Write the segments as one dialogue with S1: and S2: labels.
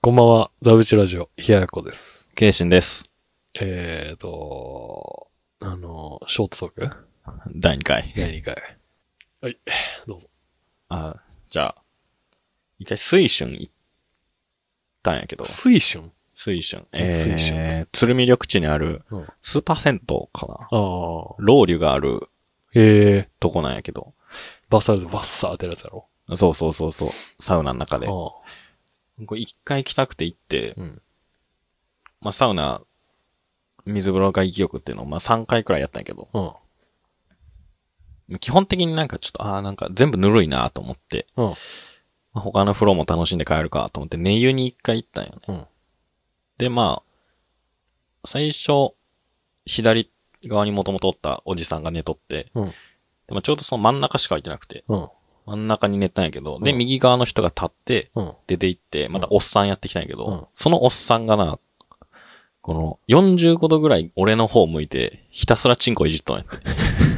S1: こんばんは、ザブチラジオ、ひややこです。
S2: ケイシンです。
S1: ショートトーク
S2: 第2回。
S1: 第2回。はい、どうぞ。
S2: じゃあ、一回水春行ったんやけど。
S1: 水春。
S2: 水春。
S1: 水春
S2: 鶴見緑地にある、スーパー銭湯かな。ロウリュがある、とこなんやけど。
S1: バサルでバッサーってやつやろ。
S2: そう。サウナの中で。これ一回行きたくて行って、まあサウナ、水風呂外気浴っていうのを3回くらいやったんやけど。基本的になんかちょっと、なんか全部ぬるいなと思って。他の風呂も楽しんで帰るかと思って、寝湯に一回行ったんよね。で、最初、左側にもともとおったおじさんが寝とって、でもちょうどその真ん中しか空いてなくて、真ん中に寝たんやけど、で、右側の人が立って、出て行って、またおっさんやってきたんやけど、そのおっさんがな、この45度ぐらい俺の方向いて、ひたすらチンコいじっとんやって。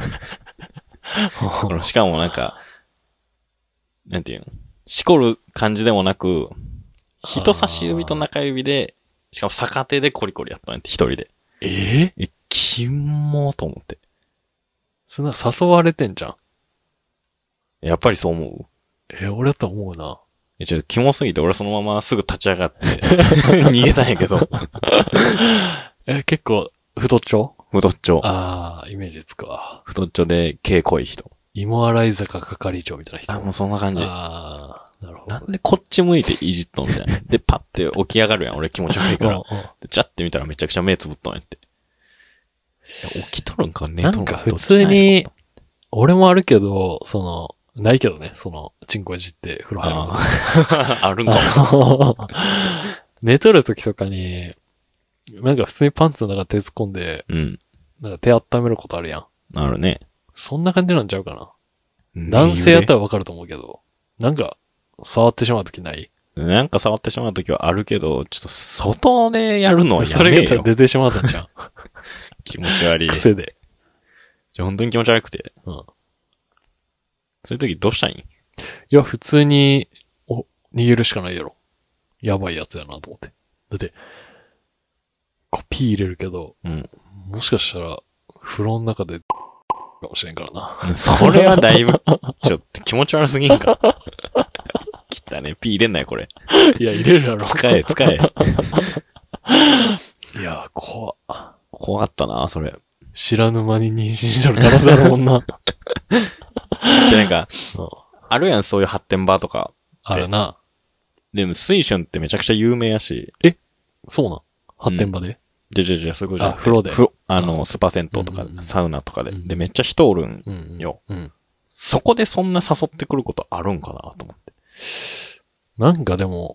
S2: しかもなんか、なんていうの、しこる感じでもなく、人差し指と中指で、しかも逆手でコリコリやったんやって、一人で。キモーと思って。
S1: そんな誘われてんじゃん。
S2: やっぱりそう思う？
S1: 俺だと思うな。
S2: ちょっとキモすぎて俺そのまますぐ立ち上がって逃げたんやけど。
S1: 結構、太っちょ？
S2: 太っちょ。
S1: イメージつくわ。
S2: 太っちょで、毛濃い人。
S1: 芋洗い坂係長みたいな人。
S2: もうそんな感じ。
S1: なるほど。
S2: なんでこっち向いていじっとんみたいな。で、パッて起き上がるやん。俺気持ち悪いから。でチャって見たらめちゃくちゃ目つぶっとんやって。起きとるんか寝とるんか。
S1: なんか普通に、俺もあるけど、ないけどね、チンコいじって風呂入ること。
S2: あるんかも。
S1: 寝とる時とかに、なんか普通にパンツの中手突っ込んで、なんか手温めることあるやん。
S2: あるね。
S1: そんな感じなんちゃうかな。男性やったらわかると思うけど、なんか、触ってしまう時ない？
S2: なんか触ってしまう時はあるけど、ちょっと外でやるのはやめよ。
S1: それが出てしまったんじゃん。
S2: 気持ち悪い。
S1: 癖で。
S2: 本当に気持ち悪くて。そういう時どうしたん？い
S1: や、普通に、逃げるしかないやろ。やばいやつやなと思って。だって、ピー入れるけど、もしかしたら、風呂の中で、かもしれんからな。
S2: それはだいぶ、ちょっと気持ち悪すぎんか。切ったね。ピー入れんなよ、これ。
S1: いや、入れるやろ。
S2: 使え。
S1: いや、怖
S2: かったな、それ。
S1: 知らぬ間に妊娠しとる可能性あるもんな。
S2: じゃなんか、あるやん、そういう発展場とか。
S1: あるな。
S2: でも、水春ってめちゃくちゃ有名やし。
S1: そうなん？発展場で？
S2: じゃ、そういうことじゃなくて。
S1: 風呂で。
S2: スーパー銭湯とか、サウナとかで。で、めっちゃ人おるんよ。そこでそんな誘ってくることあるんかなと思って。
S1: なんかでも、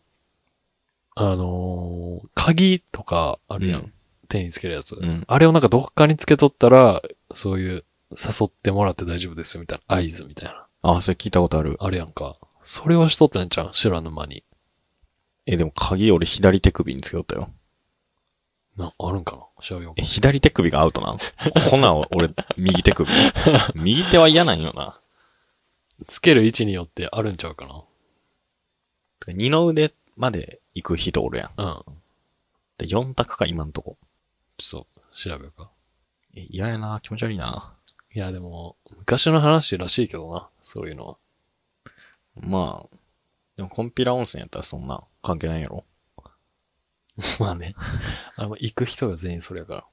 S1: 鍵とかあるやん。手につけるやつ。あれをなんかどっかにつけとったら、そういう誘ってもらって大丈夫ですよみたいな合図みたいな。
S2: それ聞いたことある。
S1: あるやんか。それをしとったんちゃう？知らぬ間に。
S2: でも鍵俺左手首につけとったよ。
S1: あるんかな？調べよう。
S2: 左手首がアウトなの？ほな、俺、右手首。右手は嫌なんよな。
S1: つける位置によってあるんちゃうかな？
S2: 二の腕まで行く人おるやん。で、4択か、今んとこ。
S1: ちょっと、調べようか。
S2: 嫌やな、気持ち悪いな。
S1: いや、でも、昔の話らしいけどな、そういうのは。
S2: でもコンピラ温泉やったらそんな関係ないやろ。
S1: まあね。行く人が全員それやから。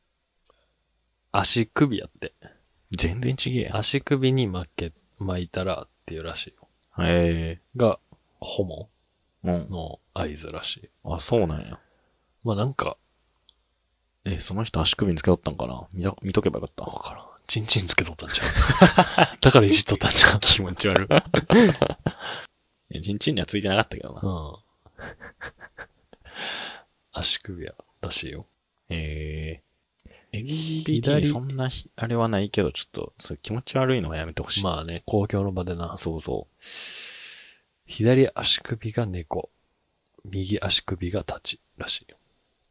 S1: 足首やって。
S2: 全然違えや。
S1: 足首に巻いたらっていうらしいよ。が、ホモの合図らしい。
S2: そうなんや。
S1: なんか。
S2: その人足首につけとったんかな？見とけばよかった。
S1: わからん。チンチンつけとったんちゃう？だからいじっとったんちゃう？
S2: 気持ち悪い。チンチンにはついてなかったけどな。
S1: 足首やらしいよ。
S2: LGBT にそんな、あれはないけど、ちょっと、そう気持ち悪いのはやめてほしい。
S1: まあね、公共の場でな。
S2: そう。
S1: 左足首が猫。右足首が立ちらしいよ。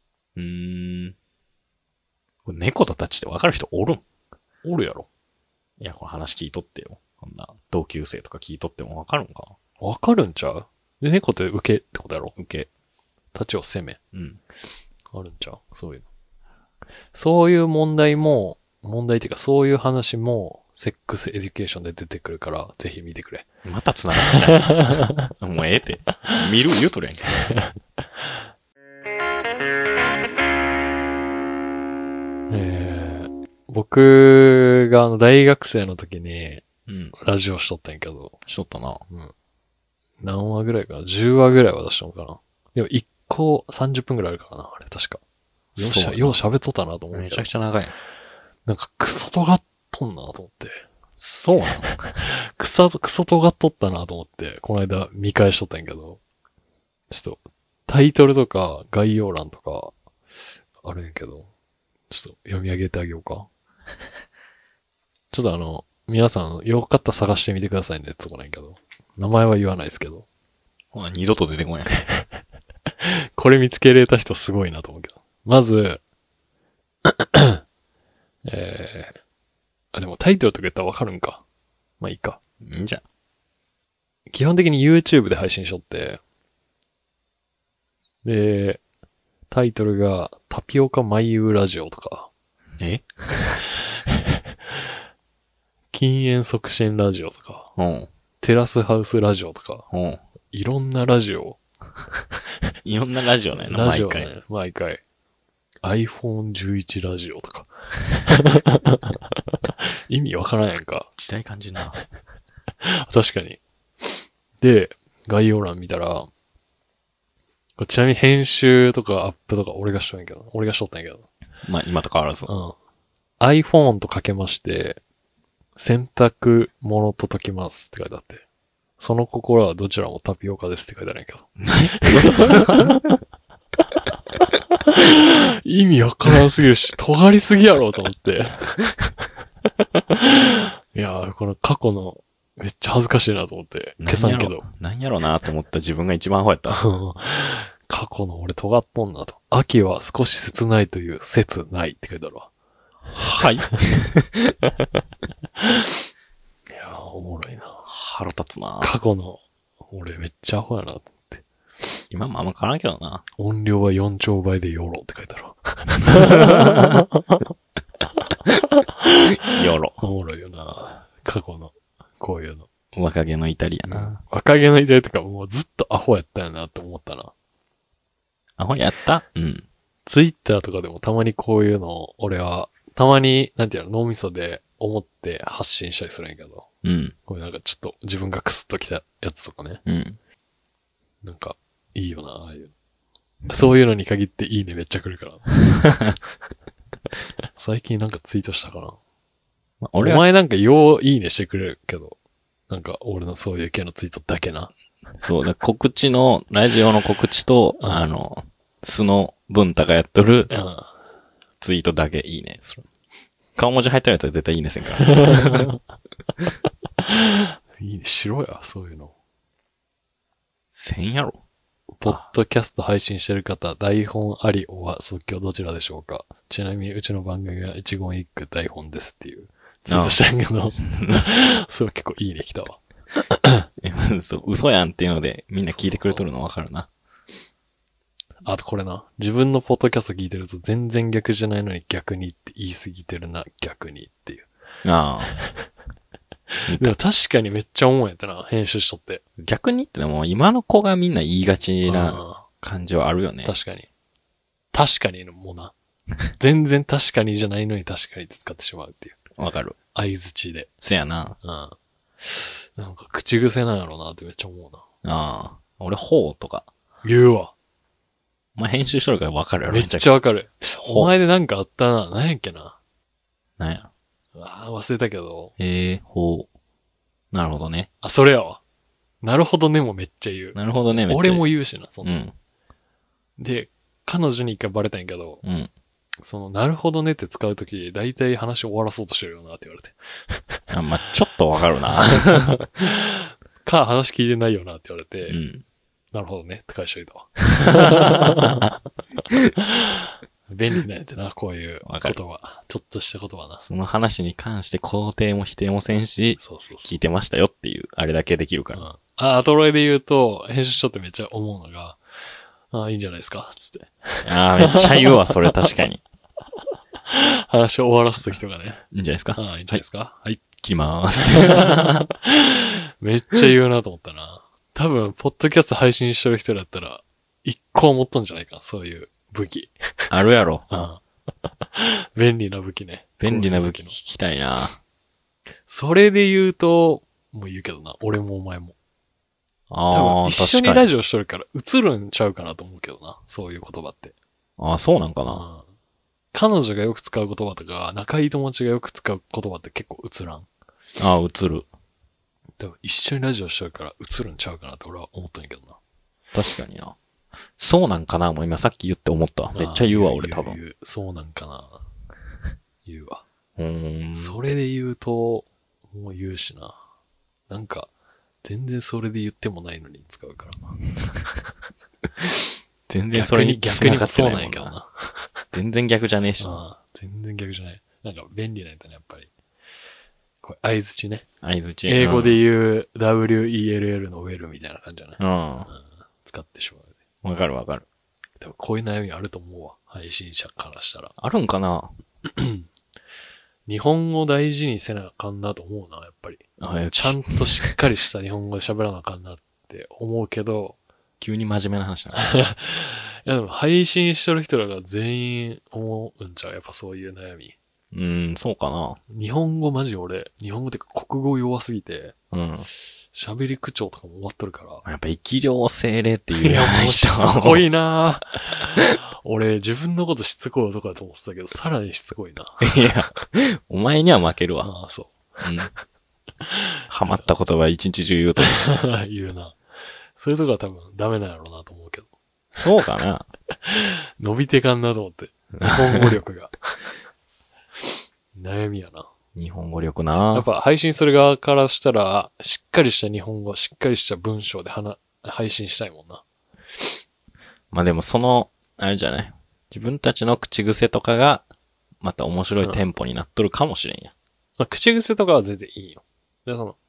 S2: これ猫と立ちって分かる人おるん？
S1: おるやろ。
S2: いや、この話聞いとってよ。こんな、同級生とか聞いとっても分かるんかな？
S1: 分かるんちゃう？ で、猫って受けってことやろ？
S2: 受け。
S1: 立ちを攻め。
S2: うん。
S1: あるんちゃう？そういうの。そういう問題っていうかそういう話も、セックスエデュケーションで出てくるから、ぜひ見てくれ。
S2: また繋がってきた。もうええって。見る言うとるやんけ。
S1: 僕が大学生の時に、
S2: うん。
S1: ラジオしとったんやけど。
S2: しとったな。
S1: うん。何話ぐらいかな？ 10 話ぐらいは出したのかな？でも1個30分ぐらいあるからな、あれ確か。よう喋っとったなと思うけど。
S2: めちゃくちゃ長い。
S1: なんかクソ尖っとんなと思って。
S2: そうなの？
S1: クソ尖っとったなと思って、この間見返しとったんやけど。ちょっと、タイトルとか概要欄とか、あるんやけど、ちょっと読み上げてあげようか。ちょっと皆さん、よかったら探してみてくださいねってとこなんやけど。名前は言わないですけど。
S2: ほな、二度と出てこない。
S1: これ見つけれた人すごいなと思うけど。まず、でもタイトルとか言ったらわかるんか。まあいいか。
S2: いいんじゃん。
S1: 基本的に YouTube で配信しとって、で、タイトルがタピオカマイユーラジオとか、禁煙促進ラジオとか、
S2: うん。
S1: テラスハウスラジオとか、
S2: うん。
S1: いろんなラジオ。
S2: いろんなラジオね。
S1: ラジオね。毎回。iPhone11 ラジオとか。意味わからんやんか。
S2: 時代感じな。
S1: 確かに。で、概要欄見たら、ちなみに編集とかアップとか俺がしとったんやけど。
S2: まあ今と変わらず。
S1: うん。iPhone とかけまして、洗濯物と解きますって書いてあって。その心はどちらもタピオカですって書いてあるんやけど。意味わからんすぎるし、尖りすぎやろうと思って。いやー、この過去のめっちゃ恥ずかしいなと思って消さんけど。
S2: なんやろなと思った自分が一番アホやった。
S1: 過去の俺尖っとんなと。秋は少し切ないという切ないって書いてあるわ。
S2: はい。いや
S1: ー、おもろいな。
S2: 腹立つな。
S1: 過去の俺めっちゃアホやなと思って。
S2: 今もあんま変わらんけどな。
S1: 音量は4兆倍でヨロって書いてある。
S2: ヨロ。
S1: おもろいよな。過去の、こういうの。
S2: 若気の至りやな。
S1: 若気の至りとかもうずっとアホやったよなって思ったな。
S2: アホやった？うん。
S1: ツイッターとかでもたまにこういうのを、俺は、たまに、なんていうの、脳みそで思って発信したりするんやけど。
S2: うん。
S1: これなんかちょっと自分がクスッときたやつとかね。
S2: うん。
S1: なんか、いいよな、ああいう。そういうのに限っていいねめっちゃ来るから。最近なんかツイートしたかな。お前なんかよういいねしてくれるけど、なんか俺のそういう系のツイートだけな。
S2: そうだ、告知の、ラジオの告知と、素の文太がやっとる、ツイートだけいいねする。顔文字入ってるやつは絶対いいねせんから。
S1: いいねしろや、そういうの。
S2: せんやろ。
S1: ポッドキャスト配信してる方、台本ありおは即興どちらでしょうか？ちなみにうちの番組は一言一句台本ですっていうツイートしたんやけど、それ結構いいね来たわ。
S2: そう、嘘やんっていうのでみんな聞いてくれとるのわかるな。
S1: あとこれな、自分のポッドキャスト聞いてると全然逆じゃないのに逆にって言い過ぎてるな、逆にっていう。
S2: ああ。
S1: でも確かにめっちゃ思うんやったな、編集しとって。
S2: 逆にってのも今の子がみんな言いがちな感じはあるよね。
S1: 確かに。確かにのもな。全然確かにじゃないのに確かに使ってしまうっていう。
S2: わかる。
S1: 相づちで。
S2: せやな。
S1: うん。なんか口癖なんやろうなってめっちゃ思うな。
S2: ああ。俺、ほうとか。
S1: 言うわ。
S2: まあ、編集しとるからわかるやろ。
S1: めっちゃわかる。お前でなんかあったな。なんやっけな。
S2: なんや。
S1: 忘れたけど。
S2: ほう。なるほどね。
S1: あ、それやわ。なるほどねもめっちゃ言う。
S2: なるほどね、めっちゃ言
S1: う。俺も言うしな、そんな。
S2: うん。
S1: で、彼女に一回バレたんやけど、
S2: うん。
S1: なるほどねって使うとき、だいたい話終わらそうとしてるよなって言われて。
S2: まあ、ちょっとわかるな。
S1: 話聞いてないよなって言われて、
S2: うん。
S1: なるほどねって返しといたわ。便利なんやってな、こういう言葉。ちょっとした言葉な。
S2: その話に関して肯定も否定もせんし、
S1: そう
S2: 聞いてましたよっていう、あれだけできるから。
S1: アトロイで言うと、編集しとってめっちゃ思うのが、いいんじゃないですかつって。
S2: めっちゃ言うわ、それ確かに。
S1: 話を終わらすときとかね。
S2: いいんじゃないですか。
S1: いいんじゃないですか。はい。
S2: 切りまーす。
S1: めっちゃ言うなと思ったな。多分、ポッドキャスト配信してる人だったら、一個持っとんじゃないかな、そういう武器。
S2: あるやろ。
S1: 便利な武器ね。
S2: 便利な武器聞きたいな。
S1: それで言うと、もう言うけどな、俺もお前も。多分一緒にラジオしとるから映るんちゃうかなと思うけどな、そういう言葉って。
S2: そうなんかな。
S1: 彼女がよく使う言葉とか、仲いい友達がよく使う言葉って結構映らん。
S2: 映る。
S1: 多分一緒にラジオしとるから映るんちゃうかなって俺は思ったんやけどな。
S2: 確かにな。そうなんかなもう今さっき言って思った。めっちゃ言うわ、俺多分。
S1: そうなんかな言うわ。
S2: そ
S1: それで言うと、もう言うしな。なんか、全然それで言ってもないのに使うからな。
S2: 全然それに
S1: 逆にそうなんやけどな。
S2: 全然逆じゃねえしな。
S1: 全然逆じゃない。なんか便利なんやったね、やっぱり。これ、相槌ね。
S2: 相槌。
S1: 英語で言う WELL のウェルみたいな感じじゃない。使ってしまう。
S2: わかるわかる。
S1: 多分こういう悩みあると思うわ。配信者からしたら。
S2: あるんかな
S1: 日本語大事にせなあかんなと思うな、やっぱり。ちゃんとしっかりした日本語で喋らなあかんなって思うけど。
S2: 急に真面目な話だ
S1: な。いやでも配信してる人らが全員思うんちゃうやっぱそういう悩み。
S2: そうかな。
S1: 日本語マジ俺、日本語ってか国語弱すぎて。喋り口調とかも終わっとるから。
S2: やっぱ生量精霊っていう。
S1: いや、もうしつこいな俺、自分のことしつこい男だと思ってたけど、さらにしつこいな。
S2: いや、お前には負けるわ。
S1: そう。
S2: ハマった言葉一日中言うとし。
S1: 言うな。そういうとこは多分ダメなんやろうなと思うけど。
S2: そうかな。
S1: 伸びてかんなと思って。日本語力が。悩みやな。
S2: 日本語力な。
S1: やっぱ配信する側からしたら、しっかりした日本語、しっかりした文章で配信したいもんな。
S2: まあでもあれじゃない。自分たちの口癖とかが、また面白いテンポになっとるかもしれんや。
S1: 口癖とかは全然いいよ。で、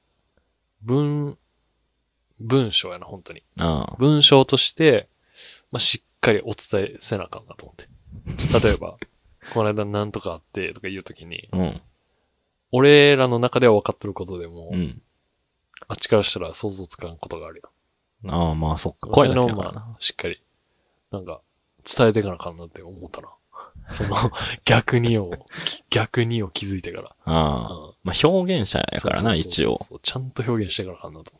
S1: 文章やな、本当に。文章として、しっかりお伝えせなあかんなと思って。例えば、この間なんとかあってとか言うときに、俺らの中では分かってることでも、あっちからしたら想像つかんことがあるよ。
S2: まあそっか。声だけだからな。
S1: しっかり、なんか、伝えていかなあかんなって思ったな。逆にを気づいてから。
S2: まあ表現者やからな、一応。
S1: ちゃんと表現してからあかんなと思って。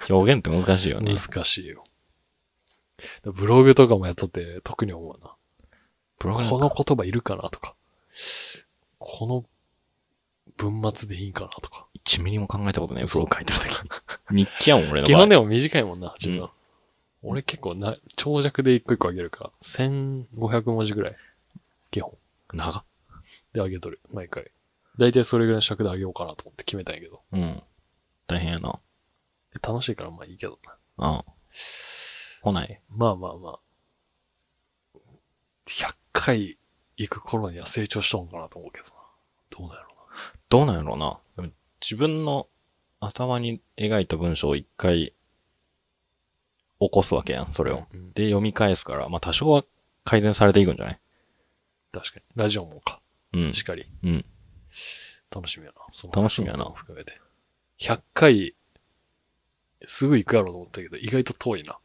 S2: 表現って難しいよね。
S1: 難しいよ。ブログとかもやっとって特に思うな。この言葉いるかなとか。この文末でいいんかなとか。
S2: 1ミリも考えたことないブログ書いてるとき。日記やもん、俺の場合。
S1: 基本でも短いもんな、自分。俺結構長尺で一個一個あげるから、1500文字ぐらい。基本。
S2: 長っ。
S1: であげとる、毎回。だいたいそれぐらいの尺であげようかなと思って決めたんやけど。
S2: 大変やな。
S1: 楽しいからまあいいけど
S2: な。来ない。
S1: まあ。100回行く頃には成長しとんかなと思うけどな。どうなんやろうな。
S2: どうなんやろうな。でも自分の頭に描いた文章を一回起こすわけやん、それを。で、読み返すから、まあ多少は改善されていくんじゃない？
S1: 確かに。ラジオもか。しっかり。楽しみやな。
S2: 楽しみやな。
S1: 含めて。100回、すぐ行くやろうと思ったけど、意外と遠いな。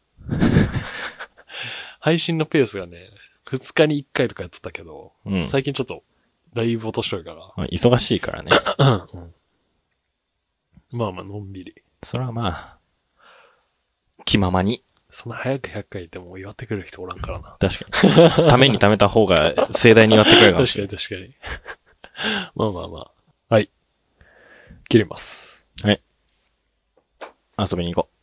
S1: 配信のペースがね、2日に1回とかやってたけど、最近ちょっと、だいぶ落としとるから。
S2: 忙しいからね。
S1: まあ、のんびり。
S2: それはまあ、気ままに。
S1: そんな早く100回言っても祝ってくれる人おらんからな。
S2: 確かに。ために貯めた方が盛大に祝ってくれるかもしれない。
S1: 確かに。まあ。はい。切ります。
S2: はい。遊びに行こう。